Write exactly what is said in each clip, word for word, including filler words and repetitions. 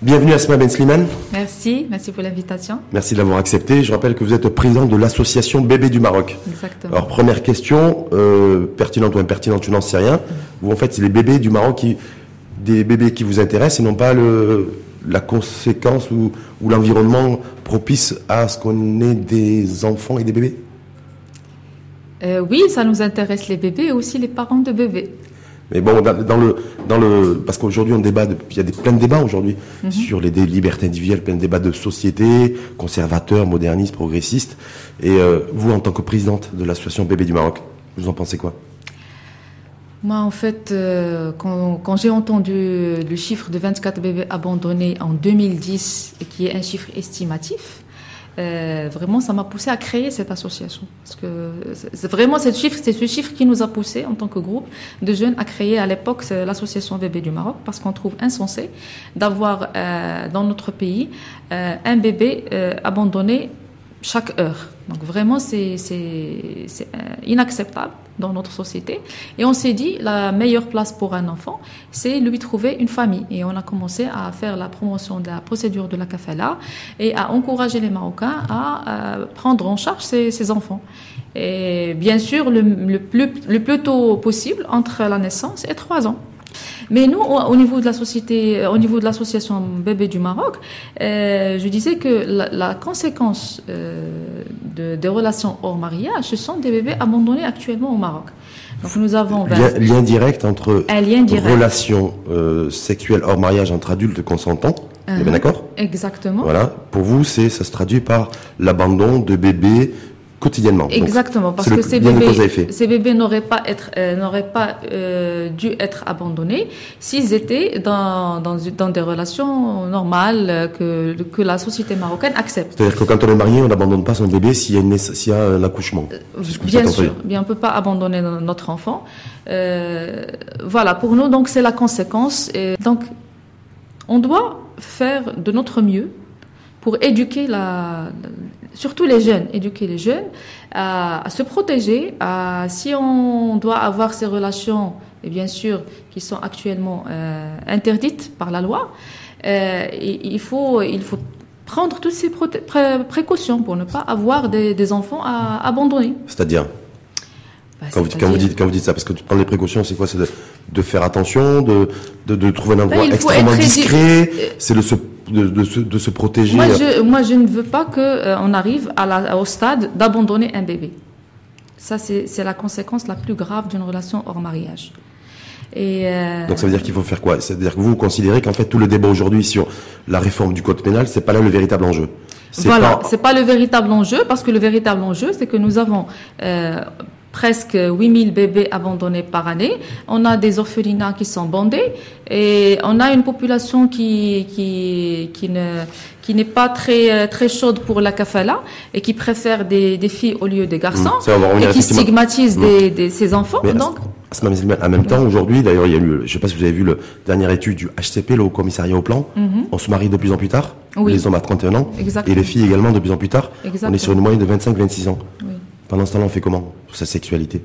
Bienvenue Asma Ben Slimane. Merci, merci pour l'invitation. Merci de l'avoir accepté. Je rappelle que vous êtes président de l'association Bébés du Maroc. Exactement. Alors première question, euh, pertinente ou impertinente, je n'en sais rien. Vous en fait, c'est les bébés du Maroc, qui, des bébés qui vous intéressent et non pas le, la conséquence ou, ou l'environnement propice à ce qu'on ait des enfants et des bébés. Euh, oui, ça nous intéresse les bébés et aussi les parents de bébés. Mais bon, dans, dans le, dans le, parce qu'aujourd'hui on débat, de, il y a des, plein de débats aujourd'hui mm-hmm. sur les dé, libertés individuelles, plein de débats de société, conservateurs, modernistes, progressistes. Et euh, vous, en tant que présidente de l'association Bébés du Maroc, vous en pensez quoi? Moi, en fait, euh, quand, quand j'ai entendu le chiffre de vingt-quatre bébés abandonnés en deux mille dix, qui est un chiffre estimatif, Euh, vraiment, ça m'a poussé à créer cette association. Parce que c'est vraiment ce chiffre, c'est ce chiffre qui nous a poussé en tant que groupe de jeunes à créer à l'époque l'association Bébés du Maroc, parce qu'on trouve insensé d'avoir euh, dans notre pays euh, un bébé euh, abandonné chaque heure. Donc vraiment, c'est, c'est, c'est inacceptable dans notre société. Et on s'est dit, la meilleure place pour un enfant, c'est lui trouver une famille. Et on a commencé à faire la promotion de la procédure de la kafala et à encourager les Marocains à, à prendre en charge ces, ces enfants. Et bien sûr, le, le, plus, le plus tôt possible, entre la naissance et trois ans. Mais nous, au, au niveau de la société, au niveau de l'association Bébés du Maroc, euh, je disais que la, la conséquence euh, de, des relations hors mariage, ce sont des bébés abandonnés actuellement au Maroc. Donc nous avons lien, lien direct entre un lien direct. relations euh, sexuelles hors mariage entre adultes consentants. Uh-huh. Vous êtes d'accord? Exactement. Voilà. Pour vous, c'est ça se traduit par l'abandon de bébés quotidiennement. Exactement, donc, parce que ces bébés, ces bébés n'auraient pas être, euh, n'auraient pas euh, dû être abandonnés s'ils étaient dans, dans dans des relations normales que que la société marocaine accepte. C'est-à-dire que quand on est marié, on n'abandonne pas son bébé s'il y a une s'il y a un accouchement. Bien sûr, bien on peut pas abandonner notre enfant. Euh, voilà, pour nous donc c'est la conséquence. Et donc on doit faire de notre mieux pour éduquer la, la surtout les jeunes, éduquer les jeunes à, à se protéger. À, si on doit avoir ces relations, et bien sûr, qui sont actuellement euh, interdites par la loi, euh, il faut, il faut prendre toutes ces pré- pré- précautions pour ne pas avoir des, des enfants à abandonner. C'est-à-dire bah, quand, vous, quand, vous dites, quand vous dites ça, parce que prendre les précautions, c'est quoi? C'est de, de faire attention, de, de, de trouver un endroit bah, extrêmement discret, c'est de se De, de, se, de se protéger. Moi je, moi, je ne veux pas qu'on euh, arrive à la, au stade d'abandonner un bébé. Ça, c'est, c'est la conséquence la plus grave d'une relation hors mariage. Et euh... Donc, ça veut dire qu'il faut faire quoi? C'est-à-dire que vous, vous considérez qu'en fait, tout le débat aujourd'hui sur la réforme du code pénal, c'est pas là le véritable enjeu. C'est voilà, pas... c'est pas le véritable enjeu, parce que le véritable enjeu, c'est que nous avons euh, presque huit mille bébés abandonnés par année. On a des orphelinats qui sont bondés et on a une population qui qui qui ne qui n'est pas très très chaude pour la kafala et qui préfère des des filles au lieu des garçons mmh, et qui stigmatise mmh. des, des ces enfants. Mais donc en même temps, aujourd'hui, d'ailleurs, il y a eu, je sais pas si vous avez vu le dernière étude du H C P, le Haut Commissariat au Plan. Mm-hmm. On se marie de plus en plus tard. Oui. Les hommes à trente et un ans. Exactement. Et les filles également de plus en plus tard. Exactement. On est sur une moyenne de vingt-cinq à vingt-six ans. Oui. Pendant ce temps-là, on fait comment pour sa sexualité?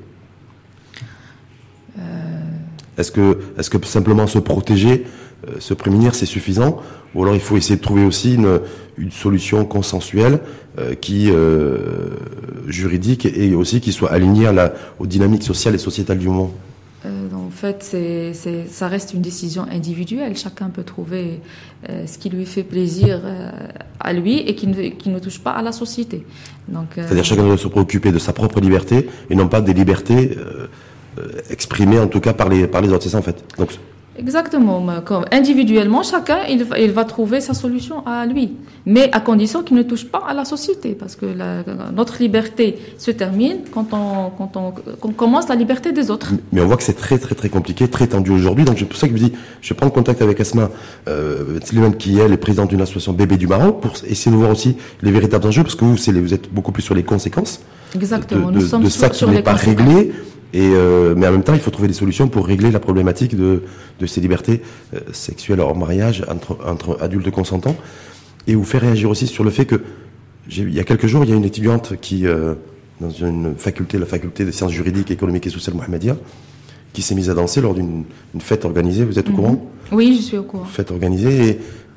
euh... Est-ce que, est-ce que simplement se protéger, euh, se prémunir, c'est suffisant? Ou alors il faut essayer de trouver aussi une, une solution consensuelle euh, qui euh, juridique et aussi qui soit alignée à la, aux dynamiques sociales et sociétales du moment? Euh, en fait, c'est, c'est, ça reste une décision individuelle. Chacun peut trouver euh, ce qui lui fait plaisir euh, à lui et qui ne, qui ne touche pas à la société. Donc, euh... C'est-à-dire chacun doit se préoccuper de sa propre liberté et non pas des libertés euh, euh, exprimées en tout cas par les, par les autres. C'est ça en fait. Donc, exactement. Comme individuellement, chacun il, il va trouver sa solution à lui, mais à condition qu'il ne touche pas à la société, parce que la, notre liberté se termine quand on, quand on, quand on commence la liberté des autres. Mais on voit que c'est très très très compliqué, très tendu aujourd'hui. Donc c'est pour ça que je me dis, je vais prendre contact avec Asma euh, Slimane, qui elle est présidente d'une association Bébés du Maroc, pour essayer de voir aussi les véritables enjeux, parce que vous, c'est les, vous êtes beaucoup plus sur les conséquences. Exactement. De, de, Nous sommes de ça sur, qui n'est pas réglé. Et euh, mais en même temps, il faut trouver des solutions pour régler la problématique de, de ces libertés euh, sexuelles hors mariage entre, entre adultes consentants, et vous faire réagir aussi sur le fait que j'ai, il y a quelques jours, il y a une étudiante qui euh, dans une faculté, la faculté des sciences juridiques, économiques et sociales Mohammedia, qui s'est mise à danser lors d'une une fête organisée. Vous êtes au mmh. courant? Oui, je suis au courant. Fête organisée, et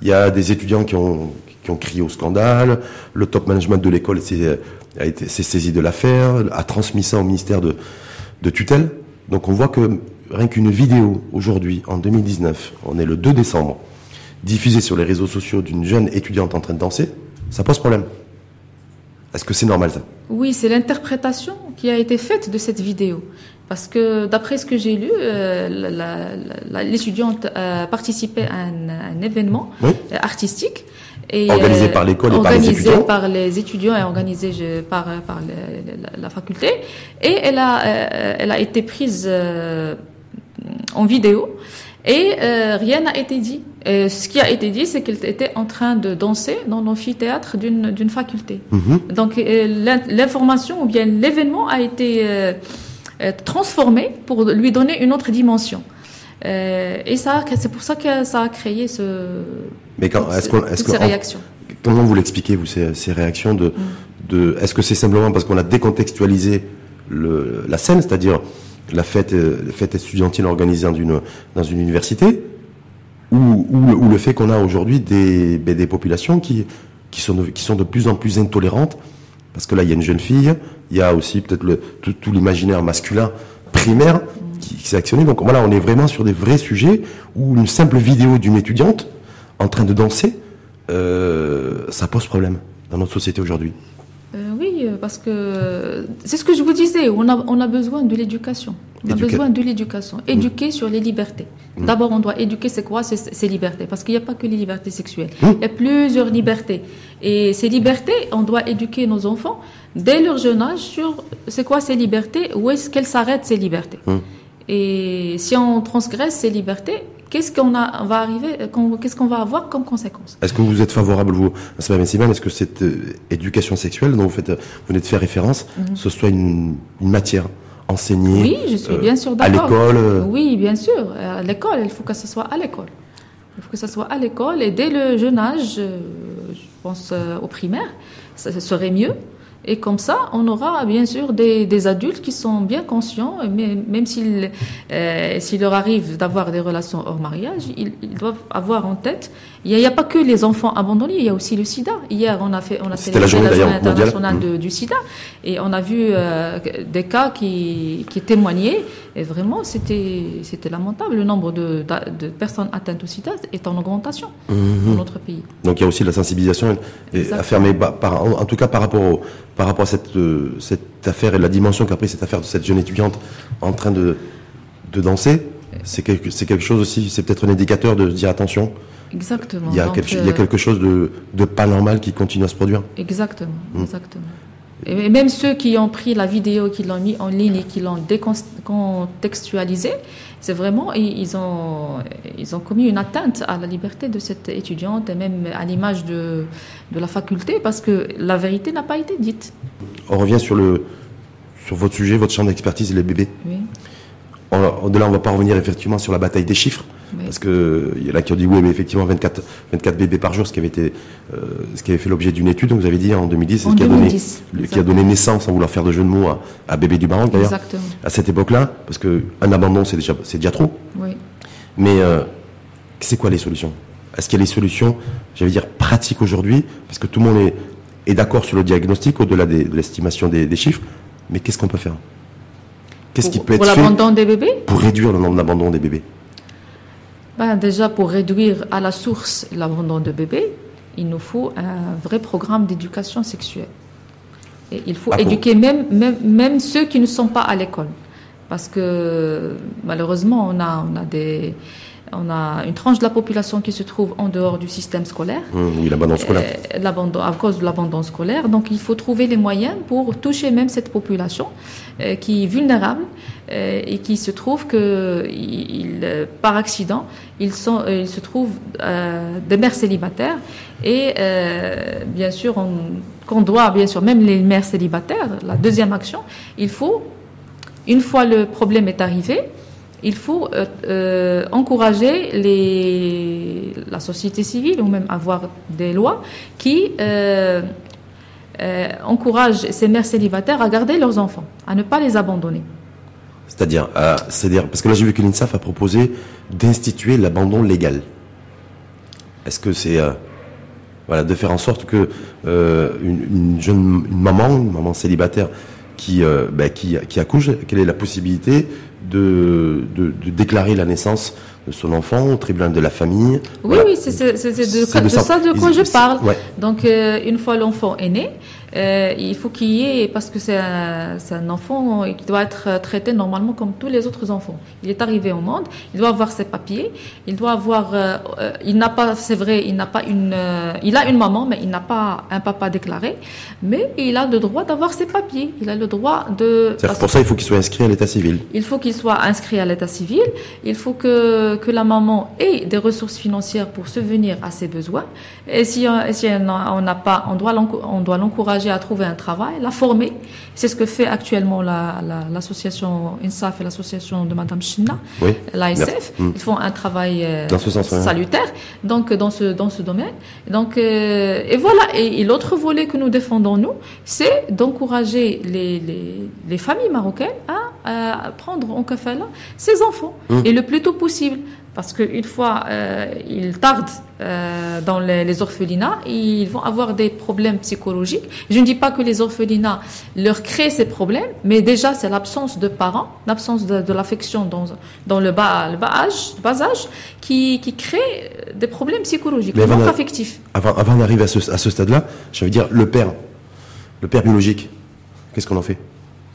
Il y a des étudiants qui ont, qui ont crié au scandale. Le top management de l'école s'est, a été, s'est saisi de l'affaire, a transmis ça au ministère de, de tutelle. Donc on voit que rien qu'une vidéo aujourd'hui, en deux mille dix-neuf, on est le deux décembre, diffusée sur les réseaux sociaux d'une jeune étudiante en train de danser, ça pose problème. Est-ce que c'est normal ça ? Oui, c'est l'interprétation qui a été faite de cette vidéo. Parce que d'après ce que j'ai lu, euh, la, la, la, l'étudiante a participé à un, un événement oui. artistique. Et, organisé par l'école et par les étudiants. Organisé par les étudiants et organisé je, par, par le, la, la faculté. Et elle a, euh, elle a été prise euh, en vidéo. Et euh, rien n'a été dit. Et ce qui a été dit, c'est qu'elle était en train de danser dans l'amphithéâtre d'une, d'une faculté. Mm-hmm. Donc euh, l'information ou bien l'événement a été euh, transformé pour lui donner une autre dimension. Euh, et ça, c'est pour ça que ça a créé ce, Mais quand, est-ce qu'on, est-ce toutes ces réactions. Comment vous l'expliquez, vous, ces, ces réactions de, mm. de, est-ce que c'est simplement parce qu'on a décontextualisé le, la scène, c'est-à-dire la fête, la fête estudiantine organisée dans une, dans une université, ou, ou, le, ou le fait qu'on a aujourd'hui des, des populations qui, qui, sont de, qui sont de plus en plus intolérantes, parce que là, il y a une jeune fille, il y a aussi peut-être le, tout, tout l'imaginaire masculin primaire qui, qui s'est actionné. Donc voilà, on est vraiment sur des vrais sujets où une simple vidéo d'une étudiante en train de danser, euh, ça pose problème dans notre société aujourd'hui. Euh, oui, parce que c'est ce que je vous disais, on a, on a besoin de l'éducation. On a Éduca... besoin de l'éducation. Éduquer mmh. sur les libertés. Mmh. D'abord, on doit éduquer, c'est quoi c'est, ces libertés. Parce qu'il n'y a pas que les libertés sexuelles. Mmh. Il y a plusieurs libertés. Et ces libertés, on doit éduquer nos enfants dès leur jeune âge sur c'est quoi ces libertés, où est-ce qu'elles s'arrêtent ces libertés. Mmh. Et si on transgresse ces libertés, qu'est-ce qu'on a, on va arriver, qu'est-ce qu'on va avoir comme conséquence? Est-ce que vous êtes favorable, vous, Asma Ben Siman, est-ce que cette euh, éducation sexuelle dont vous faites, vous venez de faire référence, mm-hmm. ce soit une, une matière enseignée? Oui, je suis bien sûr euh, d'accord. À l'école? Euh... Oui, bien sûr. À l'école, il faut que ce soit à l'école. Il faut que ce soit à l'école et dès le jeune âge, euh, je pense euh, au primaire, ça, ça serait mieux. Et comme ça, on aura bien sûr des, des adultes qui sont bien conscients, mais même s'il euh, s'il leur arrive d'avoir des relations hors mariage, ils, ils doivent avoir en tête. Il n'y a, a pas que les enfants abandonnés, il y a aussi le SIDA. Hier, on a fait, on a célébré la journée, la journée internationale de, du SIDA, et on a vu euh, des cas qui, qui témoignaient. Et vraiment, c'était, c'était lamentable. Le nombre de, de, de personnes atteintes au SIDA est en augmentation mmh. dans notre pays. Donc il y a aussi de la sensibilisation à faire, mais par, en, en tout cas par rapport au, par rapport à cette, euh, cette affaire et la dimension qu'a pris cette affaire de cette jeune étudiante en train de, de danser, c'est quelque, c'est quelque chose aussi, c'est peut-être un indicateur de dire attention. Exactement. Il y a, Donc, quelque, euh, il y a quelque chose de, de pas normal qui continue à se produire. Exactement, mmh. exactement. Et même ceux qui ont pris la vidéo, qui l'ont mis en ligne et qui l'ont décontextualisée, c'est vraiment, ils ont, ils ont commis une atteinte à la liberté de cette étudiante et même à l'image de, de la faculté, parce que la vérité n'a pas été dite. On revient sur, le, sur votre sujet, votre champ d'expertise, les bébés. Oui. Au-delà, on ne va pas revenir effectivement sur la bataille des chiffres, oui. parce que il y en a qui ont dit oui, mais effectivement vingt-quatre, vingt-quatre bébés par jour, ce qui avait été, euh, ce qui avait fait l'objet d'une étude, donc vous avez dit en deux mille dix, c'est ce qui a donné, qui a donné naissance, sans vouloir faire de jeu de mots, à, à Bébé du Maroc d'ailleurs, exactement. À cette époque-là, parce que un abandon c'est déjà, c'est déjà trop. Oui. Mais euh, c'est quoi les solutions? Est-ce qu'il y a des solutions, j'allais dire pratiques aujourd'hui, parce que tout le monde est, est d'accord sur le diagnostic au-delà des, de l'estimation des, des chiffres, mais qu'est-ce qu'on peut faire? Qu'est-ce pour, qui peut être pour fait l'abandon des bébés? Pour réduire le nombre d'abandons des bébés? Ben déjà, pour réduire à la source l'abandon de bébés, il nous faut un vrai programme d'éducation sexuelle. Et il faut ah, éduquer même, même, même ceux qui ne sont pas à l'école. Parce que malheureusement, on a, on a des... On a une tranche de la population qui se trouve en dehors du système scolaire. Mmh, oui, l'abandon scolaire. Euh, l'abandon, à cause de l'abandon scolaire. Donc, il faut trouver les moyens pour toucher même cette population euh, qui est vulnérable euh, et qui se trouve que, il, euh, par accident, ils, sont, euh, ils se trouvent euh, des mères célibataires. Et euh, bien sûr, on, qu'on doit, bien sûr, même les mères célibataires, la deuxième action, il faut, une fois le problème est arrivé, il faut euh, euh, encourager les, la société civile ou même avoir des lois qui euh, euh, encouragent ces mères célibataires à garder leurs enfants, à ne pas les abandonner. C'est-à-dire, euh, c'est-à-dire parce que là j'ai vu que l'I N S A F a proposé d'instituer l'abandon légal. Est-ce que c'est euh, voilà, de faire en sorte que euh, une, une jeune une maman, une maman célibataire qui, euh, ben, qui, qui accouche, quelle est la possibilité de, de, de déclarer la naissance de son enfant au tribunal de la famille? Oui, voilà. oui, c'est, c'est, c'est de, c'est de, de ça de quoi je parle. Ouais. Donc, euh, une fois l'enfant est né, euh, il faut qu'il y ait, parce que c'est un, c'est un enfant qui doit être traité normalement comme tous les autres enfants. Il est arrivé au monde, il doit avoir ses papiers, il doit avoir, euh, euh, il n'a pas, c'est vrai, il n'a pas une, euh, il a une maman, mais il n'a pas un papa déclaré, mais il a le droit d'avoir ses papiers. Il a le droit de. C'est-à-dire pour ça, il faut qu'il soit inscrit à l'état civil. Il faut qu'il soit inscrit à l'état civil. Il faut que que la maman ait des ressources financières pour subvenir à ses besoins. Et si, si on n'a pas, on doit on doit l'encourager à trouver un travail, la former. C'est ce que fait actuellement la, la, l'association INSAF et l'association de Madame China, oui. l'A S F. Mmh. Ils font un travail euh, dans ce sens, salutaire, ouais. donc dans ce dans ce domaine. Donc euh, et voilà. Et, et l'autre volet que nous défendons nous, c'est d'encourager les les, les familles marocaines à, à prendre en kafala ces enfants mmh. et le plus tôt possible. Parce qu'une fois euh, ils tardent euh, dans les, les orphelinats, ils vont avoir des problèmes psychologiques. Je ne dis pas que les orphelinats leur créent ces problèmes, mais déjà c'est l'absence de parents, l'absence de, de l'affection dans, dans le bas, le bas âge, le bas âge qui, qui crée des problèmes psychologiques, mais manque affectif. Avant, avant d'arriver à ce, à ce stade-là, je veux dire, le père, le père biologique, qu'est-ce qu'on en fait?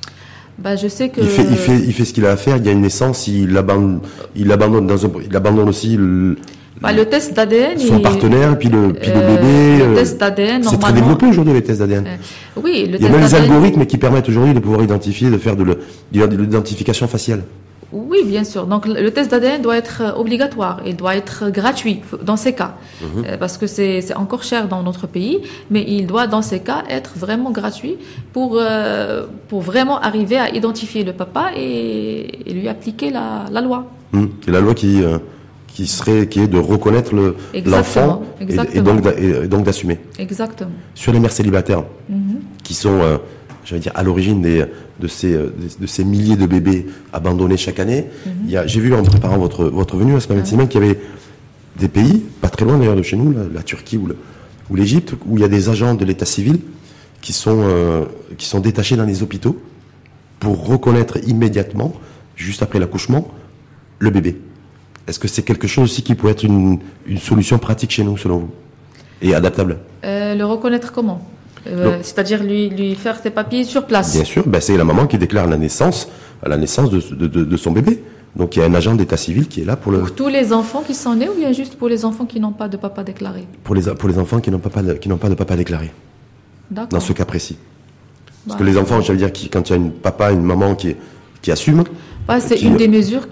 Bah, je sais que il fait, il fait, il fait ce qu'il a à faire. Il y a une naissance, il abandonne, il abandonne dans un, il abandonne aussi le, bah, le test d'A D N, son il, partenaire, et puis le, puis euh, le bébé. Le test d'A D N, c'est très développé aujourd'hui les tests d'A D N. Euh, oui, le il y a même les algorithmes qui permettent aujourd'hui de pouvoir identifier, de faire de, le, de l'identification faciale. Oui, bien sûr. Donc, le test d'A D N doit être obligatoire. Il doit être gratuit dans ces cas. Mmh. Euh, parce que c'est, c'est encore cher dans notre pays. Mais il doit, dans ces cas, être vraiment gratuit pour, euh, pour vraiment arriver à identifier le papa et, et lui appliquer la, la loi. Mmh. Et la loi qui, euh, qui serait, qui est de reconnaître le, l'enfant et, et, donc, et donc d'assumer. Exactement. Sur les mères célibataires, mmh. qui sont, euh, j'allais dire, à l'origine des, de ces, de ces milliers de bébés abandonnés chaque année. Mm-hmm. Il y a, j'ai vu en préparant votre, votre venue à ce moment mm-hmm. qu'il y avait des pays, pas très loin d'ailleurs de chez nous, la, la Turquie ou, le, ou l'Égypte, où il y a des agents de l'état civil qui sont, euh, qui sont détachés dans les hôpitaux pour reconnaître immédiatement, juste après l'accouchement, le bébé. Est-ce que c'est quelque chose aussi qui pourrait être une, une solution pratique chez nous, selon vous, et adaptable? euh, Le reconnaître comment? Euh, c'est-à-dire lui, lui faire ses papiers sur place. Bien sûr, ben c'est la maman qui déclare la naissance, la naissance de, de, de, de son bébé. Donc il y a un agent d'état civil qui est là pour le. Pour tous les enfants qui sont nés ou bien juste pour les enfants qui n'ont pas de papa déclaré? Pour les pour les enfants qui n'ont pas qui n'ont pas de papa déclaré. D'accord. Dans ce cas précis. Parce bah, que les enfants, je veux dire, qui, quand il y a une papa, une maman qui qui assume. Bah, c'est qui, une des mesures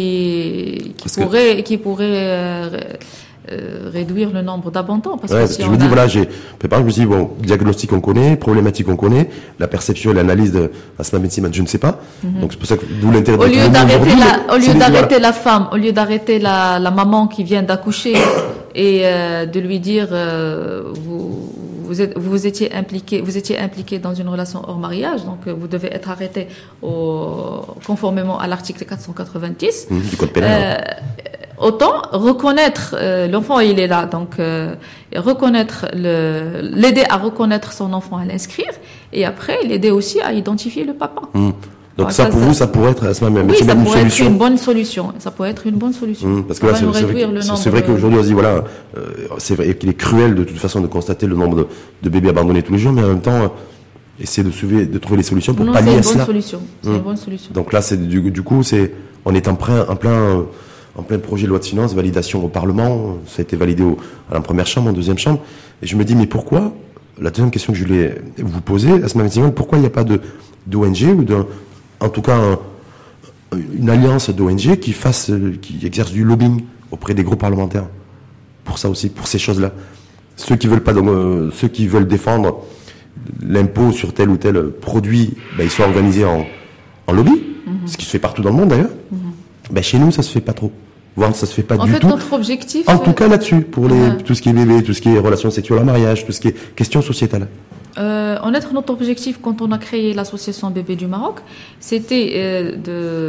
qui qui pourrait que... qui pourrait euh, Euh, réduire le nombre d'abandons. Parce ouais, que si si je on me dis, a... voilà, j'ai préparé, je me dis, bon, diagnostic on connaît, problématique on connaît, la perception et l'analyse de Asma Bensiman, je ne sais pas. Mm-hmm. Donc c'est pour ça que d'où l'intérêt de au lieu d'arrêter la, au lieu d'arrêter voilà. la femme, au lieu d'arrêter la, la maman qui vient d'accoucher et euh, de lui dire, euh, vous, vous, êtes, vous étiez impliqué, vous étiez impliqué dans une relation hors mariage, donc euh, vous devez être arrêté au, conformément à l'article quatre cent quatre-vingt-dix mmh, du code pénal. Euh, Autant reconnaître euh, l'enfant, il est là, donc euh, reconnaître le, l'aider à reconnaître son enfant, à l'inscrire, et après l'aider aussi à identifier le papa. Mmh. Donc ça, ça pour ça, vous, ça pourrait être, ça, oui, c'est ça même pourrait une être solution. une bonne solution. Ça pourrait être une bonne solution. Mmh, parce que là, c'est, c'est, vrai que, c'est, c'est vrai qu'aujourd'hui on se dit voilà, euh, c'est vrai qu'il est cruel de toute façon de constater le nombre de, de bébés abandonnés tous les jours, mais en même temps. Euh, essayer de trouver, de trouver les solutions pour non, pallier à cela. C'est une bonne solution. C'est mmh. une bonne solution. Donc là, c'est du, du coup, c'est, on est en plein, en plein, en plein projet de loi de finances, validation au Parlement. Ça a été validé au, à la première chambre, en deuxième chambre. Et je me dis, mais pourquoi, la deuxième question que je voulais vous poser, Asma Bensiman, pourquoi il n'y a pas de, d'O N G ou d'un, en tout cas, un, une alliance d'O N G qui fasse, qui exerce du lobbying auprès des groupes parlementaires? Pour ça aussi, pour ces choses-là. Ceux qui veulent pas, euh, ceux qui veulent défendre l'impôt sur tel ou tel produit, ben, ils sont organisés en, en lobby, mm-hmm. ce qui se fait partout dans le monde d'ailleurs. Mm-hmm. Ben, chez nous, ça se fait pas trop. Voire ça se fait pas en du fait, tout. En fait, notre objectif... En tout cas là-dessus, pour les, ouais. tout ce qui est bébé, tout ce qui est relations sexuelles en mariage, tout ce qui est question sociétale. Euh, honnêtement, notre objectif, quand on a créé l'association Bébé du Maroc, c'était euh, de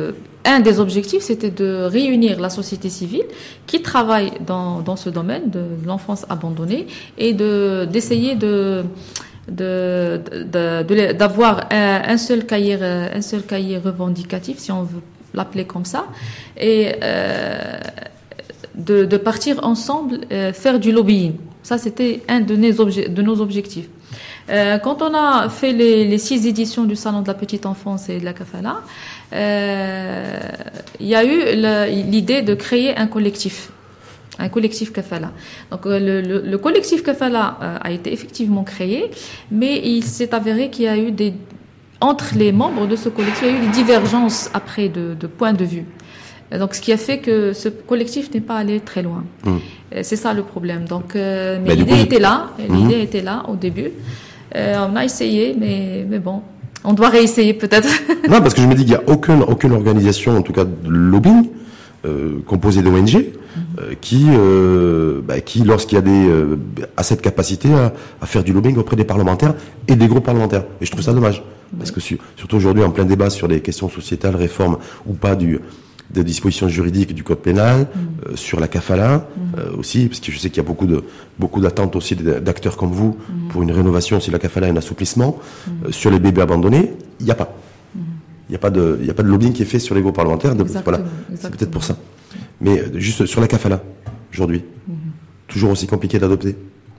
un des objectifs, c'était de réunir la société civile qui travaille dans, dans ce domaine de l'enfance abandonnée et de, d'essayer de, de, de, de, d'avoir un, un seul cahier, un seul cahier revendicatif, si on veut l'appeler comme ça, et euh, de, de partir ensemble euh, faire du lobbying. Ça, c'était un de nos, obje- de nos objectifs. Euh, quand on a fait les, les six éditions du Salon de la Petite Enfance et de la Kafala, euh, il y a eu le, l'idée de créer un collectif, un collectif Kafala. Donc le, le, le collectif Kafala euh, a été effectivement créé, mais il s'est avéré qu'il y a eu des entre les membres de ce collectif, il y a eu des divergences après de, de points de vue. Donc, ce qui a fait que ce collectif n'est pas allé très loin. Mmh. C'est ça le problème. Donc, euh, mais, mais l'idée coup, était là. Mmh. L'idée était là au début. Euh, on a essayé, mais, mais bon, on doit réessayer peut-être. Non, parce que je me dis qu'il n'y a aucune, aucune organisation, en tout cas de lobbying, euh, composée d'O N G, mmh. euh, qui, euh, bah, qui, lorsqu'il y a des, euh, a cette capacité à, à faire du lobbying auprès des parlementaires et des groupes parlementaires. Et je trouve ça dommage. Mmh. Parce que surtout aujourd'hui, en plein débat sur les questions sociétales, réformes ou pas du des dispositions juridiques du code pénal, mmh. euh, sur la kafala mmh. euh, aussi, parce que je sais qu'il y a beaucoup de beaucoup d'attentes aussi d'acteurs comme vous mmh. pour une rénovation si la kafala et un assouplissement. Mmh. Euh, sur les bébés abandonnés, il n'y a pas. Il mmh. n'y a pas de il y a pas de lobbying qui est fait sur les groupes parlementaires. De, voilà, c'est peut-être pour ça. Mais euh, juste sur la kafala aujourd'hui, mmh. toujours aussi compliqué d'adopter.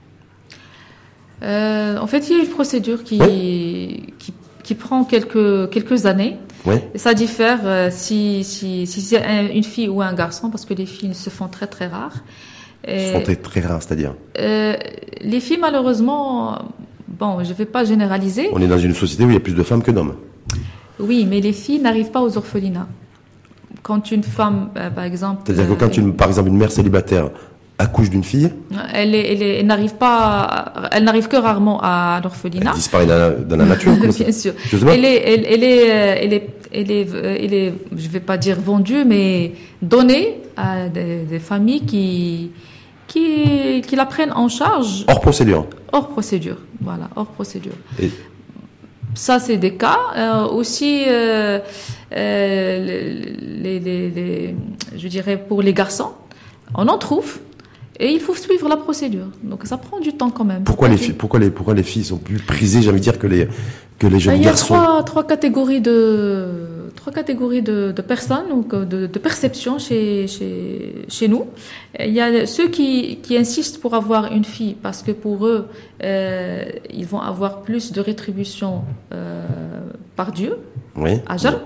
Euh, en fait, il y a une procédure qui ouais. qui, qui prend quelques quelques années. Oui. Ça diffère euh, si, si, si c'est un, une fille ou un garçon, parce que les filles se font très très rares. Se font très très rares, c'est-à-dire euh, les filles, malheureusement, bon, je ne vais pas généraliser. On est dans une société où il y a plus de femmes que d'hommes. Oui, mais les filles n'arrivent pas aux orphelinats. Quand une femme, euh, par exemple... C'est-à-dire que quand, une, par exemple, une mère célibataire accouche d'une fille, elle, est, elle, est, elle n'arrive pas, elle n'arrive que rarement à l'orphelinat. Elle disparaît dans, dans la nature. Bien sûr. Elle est, elle, elle est, elle est, elle est, elle est, je vais pas dire vendue, mais donnée à des, des familles qui, qui, qui la prennent en charge. Hors procédure. Hors procédure, voilà, hors procédure. Et ça, c'est des cas. Euh, aussi, euh, euh, les, les, les, je dirais pour les garçons, on en trouve. Et il faut suivre la procédure. Donc ça prend du temps quand même. Pourquoi les filles, pourquoi les, pourquoi les filles sont plus prisées, j'ai envie de dire, que les, que les jeunes garçons? Il y a trois, trois catégories de, trois catégories de, de personnes ou de, de perceptions chez, chez, chez nous. Il y a ceux qui, qui insistent pour avoir une fille parce que pour eux, euh, ils vont avoir plus de rétribution euh, par Dieu. Oui. Ajr.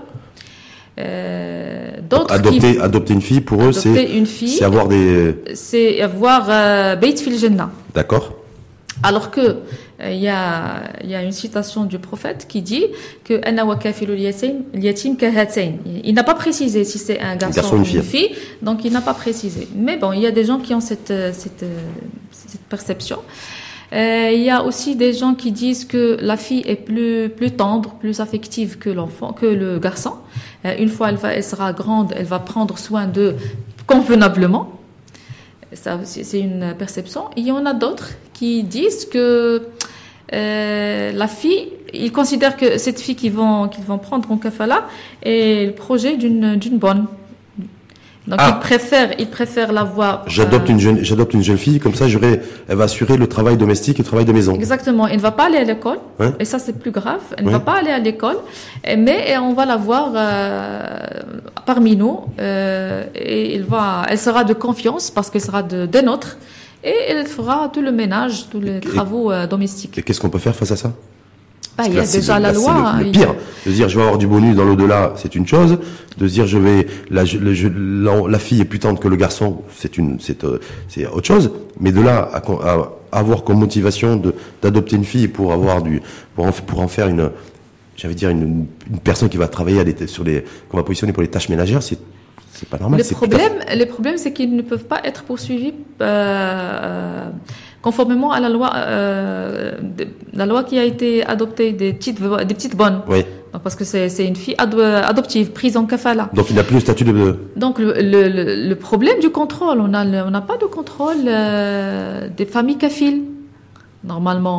Euh, d'autres adopter, qui, adopter une fille, pour eux, c'est, une fille, c'est avoir des... C'est avoir euh, Beit fil Jannah. D'accord. Alors que il euh, y a il y a une citation du prophète qui dit que ana wa kafilul yatim kahatayn. Il n'a pas précisé si c'est un garçon, garçon ou une fille. fille, donc il n'a pas précisé. Mais bon, il y a des gens qui ont cette cette, cette perception. Euh, il y a aussi des gens qui disent que la fille est plus plus tendre, plus affective que l'enfant, que le garçon. Euh, une fois elle va, elle sera grande, elle va prendre soin d'eux convenablement. Ça, c'est une perception. Et il y en a d'autres qui disent que euh, la fille, ils considèrent que cette fille qu'ils vont qu'ils vont prendre en kafala est le projet d'une d'une bonne. Donc ah. ils préfèrent ils préfèrent l'avoir. J'adopte euh, une jeune j'adopte une jeune fille, comme ça j'aurai elle va assurer le travail domestique et le travail de maison. Exactement. Elle ne va pas aller à l'école. Hein? Et ça c'est plus grave. Elle ne hein? va pas aller à l'école, mais on va l'avoir euh, parmi nous euh, et elle va elle sera de confiance parce qu'elle sera de des nôtres et elle fera tout le ménage, tous les et, travaux euh, domestiques. Et qu'est-ce qu'on peut faire face à ça? Bah, il y a déjà le, la là, loi. Le, le pire, de dire je vais avoir du bonus dans l'au-delà, c'est une chose. De dire je vais la, je, la, la fille est plus tendre que le garçon, c'est une, c'est, euh, c'est autre chose. Mais de là à, à avoir comme motivation de d'adopter une fille pour avoir du, pour en, pour en faire une, j'allais dire une, une personne qui va travailler à des, sur les, qu'on va positionner pour les tâches ménagères, c'est c'est pas normal. Le problème, fait... le problème, c'est qu'ils ne peuvent pas être poursuivis. Euh, conformément à la loi, euh, de, la loi qui a été adoptée des petites, des petites bonnes. Oui. Donc, parce que c'est, c'est une fille ado, adoptive, prise en kafala. Donc il n'a plus le statut de. Donc le, le, le problème du contrôle, on a, on n'a pas de contrôle euh, des familles kafiles normalement.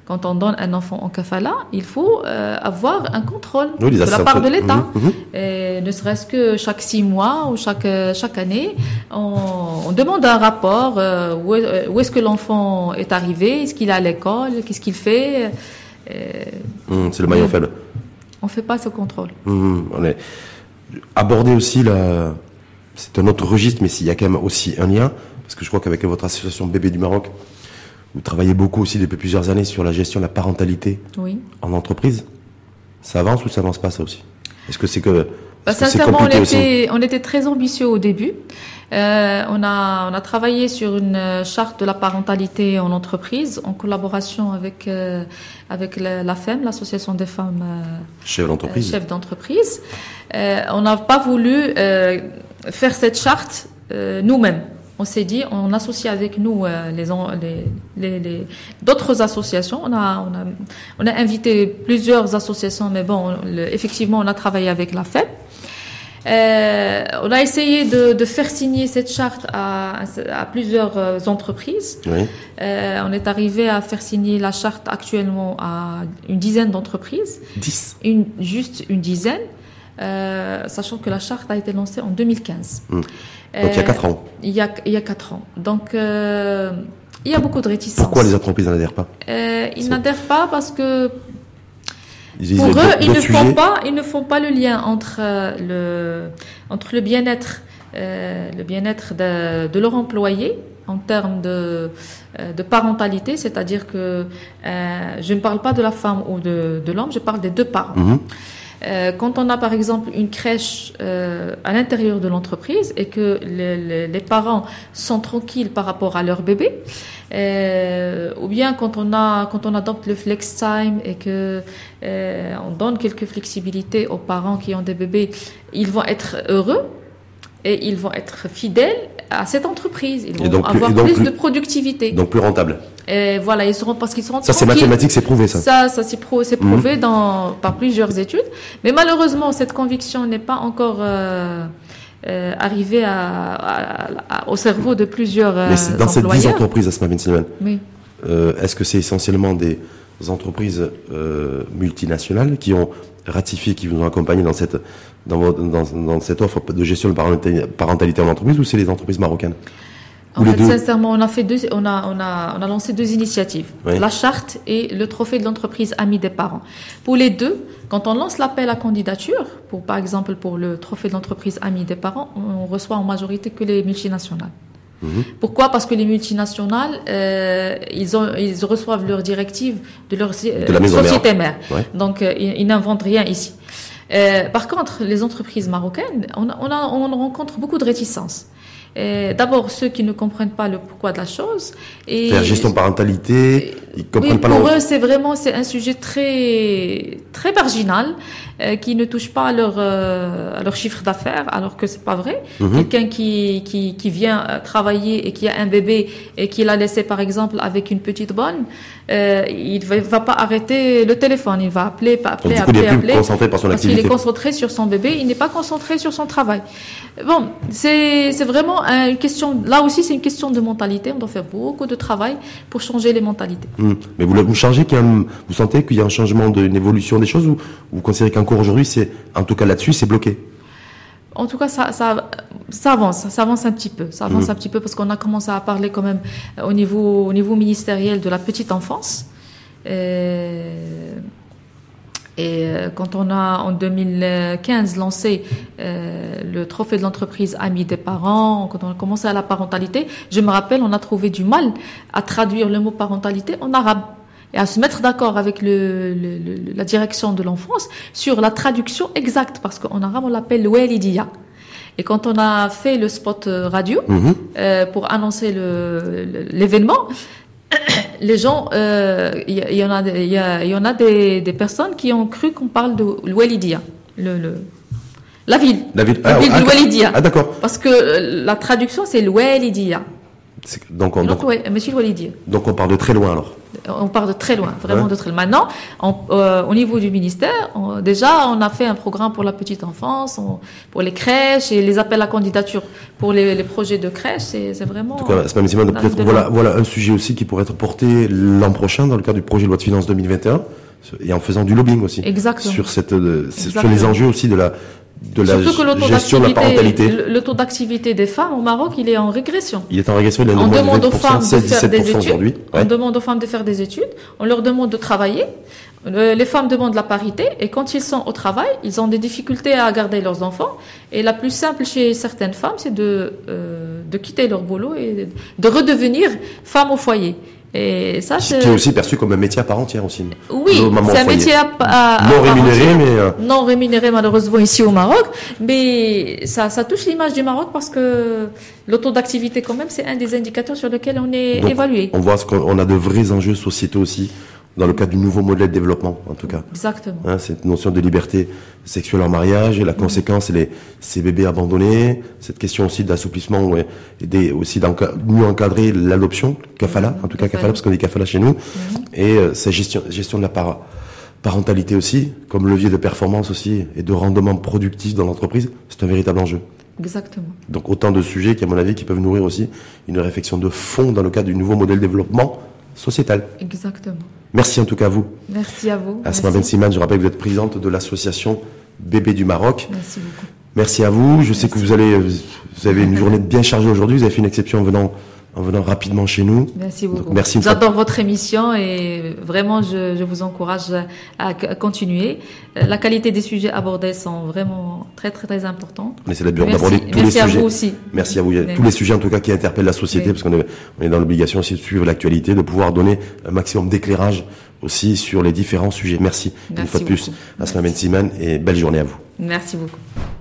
quand on donne un enfant en kafala, il faut euh, avoir un contrôle oui, de la part de l'État. Mmh, mmh. Et ne serait-ce que chaque six mois ou chaque chaque année, on, on demande un rapport euh, où, où est-ce que l'enfant est arrivé, est-ce qu'il est à l'école, qu'est-ce qu'il fait. Et, mmh, c'est le maillon faible. On fait pas ce contrôle. Mmh, on est aborder aussi la. C'est un autre registre, mais s'il y a quand même aussi un lien, parce que je crois qu'avec votre association Bébé du Maroc, vous travaillez beaucoup aussi depuis plusieurs années sur la gestion de la parentalité oui. en entreprise. Ça avance ou ça avance pas, ça aussi? Est-ce que c'est que... Bah, sincèrement, on était, on était très ambitieux au début. Euh, on a, on a travaillé sur une charte de la parentalité en entreprise en collaboration avec, euh, avec la, la F E M, l'association des femmes euh, chefs d'entreprise. Euh, chefs d'entreprise. Euh, on n'a pas voulu euh, faire cette charte euh, nous-mêmes. On s'est dit, on associe avec nous euh, les, les, les, les d'autres associations. On a, on a, on a invité plusieurs associations, mais bon, le, effectivement, on a travaillé avec la F E M. Euh, on a essayé de, de faire signer cette charte à, à plusieurs euh, entreprises. Oui. Euh, on est arrivé à faire signer la charte actuellement à une dizaine d'entreprises. Dix. Une, juste une dizaine, euh, sachant que la charte a été lancée en deux mille quinze. Mmh. Donc euh, il y a quatre ans. Il y a, il y a quatre ans. Donc euh, il y a beaucoup de réticence. Pourquoi les entreprises n'adhèrent pas? euh, Ils n'adhèrent pas parce que Ils pour eux, ils ne sujets. font pas, ils ne font pas le lien entre le entre le bien-être, euh, le bien-être de, de leur employé en termes de de parentalité, c'est-à-dire que euh, je ne parle pas de la femme ou de de l'homme, je parle des deux parents. Mmh. Euh, quand on a par exemple une crèche euh, à l'intérieur de l'entreprise et que le, le, les parents sont tranquilles par rapport à leur bébé, euh, ou bien quand on a quand on adopte le flex time et que euh, on donne quelques flexibilités aux parents qui ont des bébés, ils vont être heureux et ils vont être fidèles à cette entreprise. Ils vont donc, avoir donc, plus plus de productivité. Donc plus rentable. Et voilà, ils seront parce qu'ils seront ça c'est tranquilles. mathématique, c'est prouvé ça. Ça, ça c'est prouvé, c'est prouvé mmh. dans par plusieurs études. Mais malheureusement, cette conviction n'est pas encore euh, euh, arrivée à, à, à, au cerveau de plusieurs euh, Mais c'est dans employeurs. ces dix entreprises, Asma Ben Slimane, oui. euh, est-ce que c'est essentiellement des entreprises euh, multinationales qui ont ratifié, qui vous ont accompagné dans cette dans, votre, dans, dans cette offre de gestion de parentalité en entreprise, ou c'est les entreprises marocaines? En fait, sincèrement, on a fait deux, on a, on a, on a lancé deux initiatives. Oui. La charte et le trophée de l'entreprise amie des parents. Pour les deux, quand on lance l'appel à candidature, pour, par exemple, pour le trophée de l'entreprise amie des parents, on reçoit en majorité que les multinationales. Mmh. Pourquoi? Parce que les multinationales, euh, ils ont, ils reçoivent leurs directives de leur de la société mère. Ouais. Donc, euh, ils, ils n'inventent rien ici. Euh, par contre, les entreprises marocaines, on, on, a, on rencontre beaucoup de réticences. D'abord, ceux qui ne comprennent pas le pourquoi de la chose. Et la gestion de parentalité, ils comprennent oui, pas pour leur... eux, c'est vraiment c'est un sujet très très marginal euh, qui ne touche pas à leur euh, à leur chiffre d'affaires, alors que c'est pas vrai. Mm-hmm. Quelqu'un qui qui qui vient travailler et qui a un bébé et qui l'a laissé par exemple avec une petite bonne, euh, il va, va pas arrêter le téléphone, il va appeler, appeler, Donc, du coup, appeler, il est plus appeler, concentré par son parce activité. qu'il est concentré sur son bébé, il n'est pas concentré sur son travail. Bon, c'est c'est vraiment une question. Là aussi, c'est une question de mentalité. On doit faire beaucoup de travail pour changer les mentalités. Mmh. Mais vous vous changez qu'il y a un, vous sentez qu'il y a un changement, de, une évolution des choses, ou vous considérez qu'encore aujourd'hui, c'est en tout cas là-dessus, c'est bloqué? En tout cas, ça, ça, ça avance, ça avance un petit peu, ça avance mmh. un petit peu parce qu'on a commencé à parler quand même au niveau, au niveau ministériel de la petite enfance. Et... Et quand on a en deux mille quinze lancé euh, le trophée de l'entreprise amie des parents, quand on a commencé à la parentalité, je me rappelle, on a trouvé du mal à traduire le mot parentalité en arabe et à se mettre d'accord avec le, le, le, la direction de l'enfance sur la traduction exacte, parce qu'en arabe on l'appelle walidia. Et quand on a fait le spot radio mmh. euh, pour annoncer le, le, l'événement, les gens, il euh, y, y en a, il y, a, y en a des, des personnes qui ont cru qu'on parle de l'Oualidia, le, le, la ville, la ville, la ah, ville ah, de l'Oualidia. Ah d'accord. Parce que la traduction c'est l'Oualidia. Donc, on, donc, donc, ouais, Monsieur Walidi. Donc on part de très loin alors. On part de très loin, vraiment ouais. de très loin. Maintenant, on, euh, au niveau du ministère, on, déjà, on a fait un programme pour la petite enfance, on, pour les crèches et les appels à candidature pour les, les projets de crèche. C'est, c'est vraiment. En tout cas, Asma Simane, peut-être voilà, voilà un sujet aussi qui pourrait être porté l'an prochain dans le cadre du projet de loi de finances deux mille vingt et un et en faisant du lobbying aussi. Exactement. Sur cette, euh, sur les enjeux aussi de la. De la Surtout que le gestion de la parentalité. Le, le taux d'activité des femmes au Maroc, il est en régression. Il est en régression, il est on demande aux femmes de faire des études. Aujourd'hui. Ouais. On demande aux femmes de faire des études. On leur demande de travailler. Les femmes demandent la parité. Et quand ils sont au travail, ils ont des difficultés à garder leurs enfants. Et la plus simple chez certaines femmes, c'est de, euh, de quitter leur boulot et de redevenir femme au foyer. Et ça, c'est... Qui est aussi perçu comme un métier à part entière aussi. Oui, c'est un métier à, à, non à rémunéré, mais euh... non rémunéré malheureusement ici au Maroc, mais ça, ça touche l'image du Maroc parce que le taux d'activité quand même, c'est un des indicateurs sur lesquels on est Donc, évalué. On voit qu'on a de vrais enjeux sociétaux aussi dans le cadre du nouveau modèle de développement, en tout cas. Exactement. Hein, cette notion de liberté sexuelle en mariage et la mmh. conséquence, les, ces bébés abandonnés, cette question aussi d'assouplissement ouais, et des, aussi de mieux encadrer l'adoption, kafala, mmh. en tout cas kafala, parce qu'on dit kafala chez nous, mmh. et euh, sa gestion, gestion de la par, parentalité aussi, comme levier de performance aussi et de rendement productif dans l'entreprise, c'est un véritable enjeu. Exactement. Donc autant de sujets qui, à mon avis, qui peuvent nourrir aussi une réflexion de fond dans le cadre du nouveau modèle de développement sociétal. Exactement. Merci en tout cas à vous. Merci à vous. Asma Ben Simane, je rappelle que vous êtes présidente de l'association Bébés du Maroc. Merci beaucoup. Merci à vous. Je Merci. sais que vous allez, vous avez une journée bien chargée aujourd'hui. Vous avez fait une exception en venant, en venant rapidement chez nous. Merci beaucoup. Donc, merci. J'adore fois... votre émission et vraiment je, je vous encourage à, à continuer. La qualité des sujets abordés sont vraiment très très très importants. On essaie d'aborder tous merci les sujets. À vous aussi. Merci à vous. Merci. Tous les sujets en tout cas qui interpellent la société, oui. parce qu'on est, on est dans l'obligation aussi de suivre l'actualité, de pouvoir donner un maximum d'éclairage aussi sur les différents sujets. Merci, merci une fois de plus, Asma Ben Simane, et belle journée à vous. Merci beaucoup.